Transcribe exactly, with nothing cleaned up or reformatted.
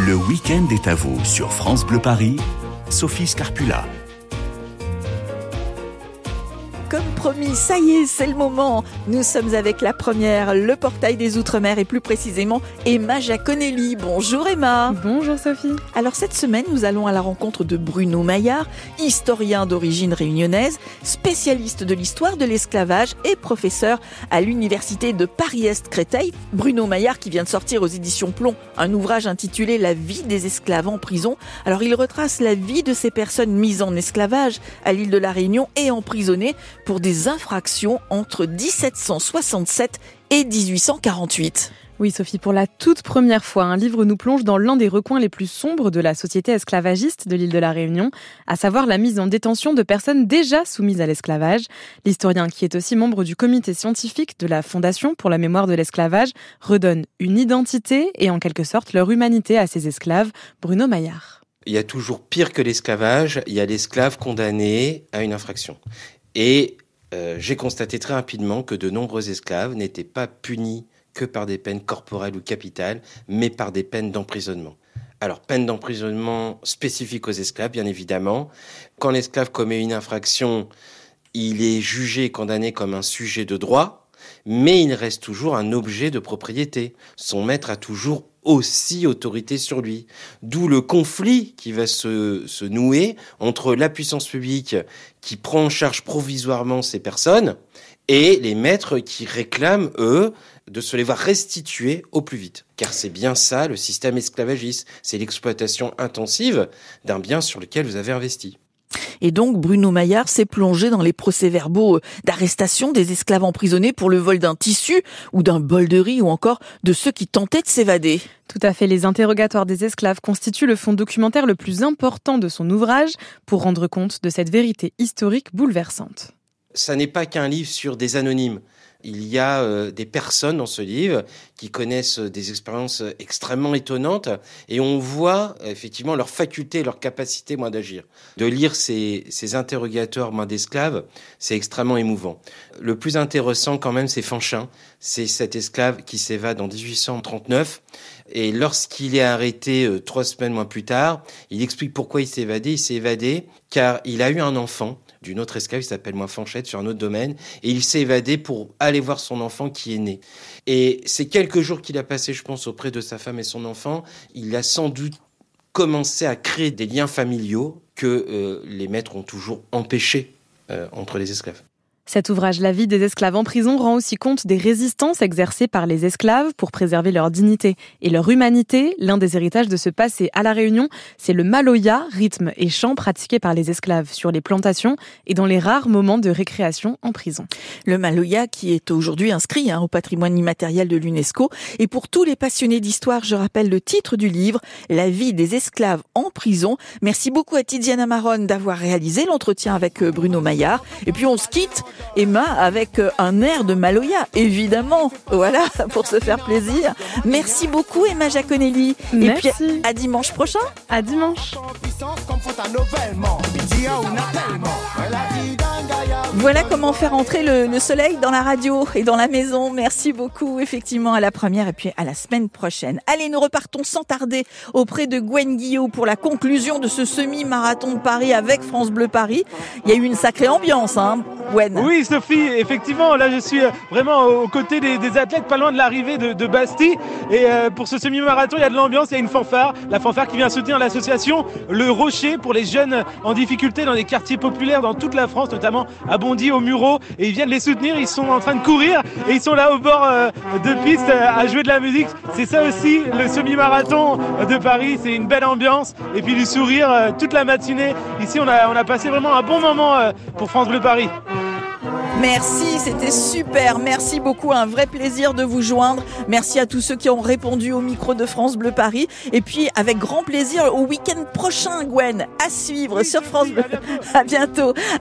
Le week-end est à vous sur France Bleu Paris, Sophie Scarpula. Comme promis, ça y est, c'est le moment. Nous sommes avec la première, le portail des Outre-mer et plus précisément Emma Giaconelli. Bonjour Emma. Bonjour Sophie. Alors cette semaine, nous allons à la rencontre de Bruno Maillard, historien d'origine réunionnaise, spécialiste de l'histoire de l'esclavage et professeur à l'université de Paris-Est Créteil. Bruno Maillard qui vient de sortir aux éditions Plomb un ouvrage intitulé La vie des esclaves en prison. Alors il retrace la vie de ces personnes mises en esclavage à l'île de la Réunion et emprisonnées pour des infractions entre dix-sept cent soixante-sept et dix-huit cent quarante-huit. Oui Sophie, pour la toute première fois, un livre nous plonge dans l'un des recoins les plus sombres de la société esclavagiste de l'île de la Réunion, à savoir la mise en détention de personnes déjà soumises à l'esclavage. L'historien, qui est aussi membre du comité scientifique de la Fondation pour la mémoire de l'esclavage, redonne une identité et en quelque sorte leur humanité à ces esclaves. Bruno Maillard. Il y a toujours pire que l'esclavage, il y a l'esclave condamné à une infraction. Et euh, j'ai constaté très rapidement que de nombreux esclaves n'étaient pas punis que par des peines corporelles ou capitales, mais par des peines d'emprisonnement. Alors, peine d'emprisonnement spécifique aux esclaves, bien évidemment. Quand l'esclave commet une infraction, il est jugé et condamné comme un sujet de droit, mais il reste toujours un objet de propriété. Son maître a toujours aussi autorité sur lui. D'où le conflit qui va se, se nouer entre la puissance publique qui prend en charge provisoirement ces personnes et les maîtres qui réclament, eux, de se les voir restituer au plus vite. Car c'est bien ça, le système esclavagiste. C'est l'exploitation intensive d'un bien sur lequel vous avez investi. Et donc, Bruno Maillard s'est plongé dans les procès-verbaux d'arrestation des esclaves emprisonnés pour le vol d'un tissu ou d'un bol de riz ou encore de ceux qui tentaient de s'évader. Tout à fait, les interrogatoires des esclaves constituent le fond documentaire le plus important de son ouvrage pour rendre compte de cette vérité historique bouleversante. Ça n'est pas qu'un livre sur des anonymes. Il y a euh, des personnes dans ce livre qui connaissent des expériences extrêmement étonnantes et on voit effectivement leur faculté, leur capacité moi, d'agir. De lire ces, ces interrogatoires moi, d'esclaves, c'est extrêmement émouvant. Le plus intéressant quand même, c'est Fanchin. C'est cet esclave qui s'évade en dix-huit cent trente-neuf et lorsqu'il est arrêté euh, trois semaines moins plus tard, il explique pourquoi il s'est évadé. Il s'est évadé car il a eu un enfant d'une autre esclave qui s'appelle moi Fanchette sur un autre domaine et il s'est évadé pour aller voir son enfant qui est né. Et ces quelques jours qu'il a passé, je pense, auprès de sa femme et son enfant, il a sans doute commencé à créer des liens familiaux que euh, les maîtres ont toujours empêchés euh, entre les esclaves. Cet ouvrage, La vie des esclaves en prison, rend aussi compte des résistances exercées par les esclaves pour préserver leur dignité et leur humanité. L'un des héritages de ce passé à La Réunion, c'est le maloya, rythme et chant pratiqué par les esclaves sur les plantations et dans les rares moments de récréation en prison. Le maloya qui est aujourd'hui inscrit hein, au patrimoine immatériel de l'UNESCO. Et pour tous les passionnés d'histoire, je rappelle le titre du livre, La vie des esclaves en prison. Merci beaucoup à Tiziana Maron d'avoir réalisé l'entretien avec Bruno Maillard. Et puis on se quitte Emma, avec un air de maloya, évidemment, voilà, pour se faire plaisir. Merci beaucoup Emma Giaconelli. Merci. Et puis à dimanche prochain. À dimanche. Voilà comment faire entrer le, le soleil dans la radio et dans la maison. Merci beaucoup, effectivement, à la première et puis à la semaine prochaine. Allez, nous repartons sans tarder auprès de Gwen Guillot pour la conclusion de ce semi-marathon de Paris avec France Bleu Paris. Il y a eu une sacrée ambiance, hein, Gwen. Oui, Sophie, effectivement, là je suis vraiment aux côtés des, des athlètes, pas loin de l'arrivée de, de Bastille. Et euh, pour ce semi-marathon, il y a de l'ambiance, il y a une fanfare. La fanfare qui vient soutenir l'association Le Rocher pour les jeunes en difficulté dans les quartiers populaires dans toute la France, notamment à Bondy, au Mureau. Et ils viennent les soutenir, ils sont en train de courir et ils sont là au bord euh, de piste euh, à jouer de la musique. C'est ça aussi le semi-marathon de Paris, c'est une belle ambiance et puis du sourire euh, toute la matinée. Ici, on a, on a passé vraiment un bon moment euh, pour France Bleu Paris. Merci, c'était super. Merci beaucoup, un vrai plaisir de vous joindre. Merci à tous ceux qui ont répondu au micro de France Bleu Paris. Et puis, avec grand plaisir, au week-end prochain, Gwen, à suivre sur France Bleu. À bientôt.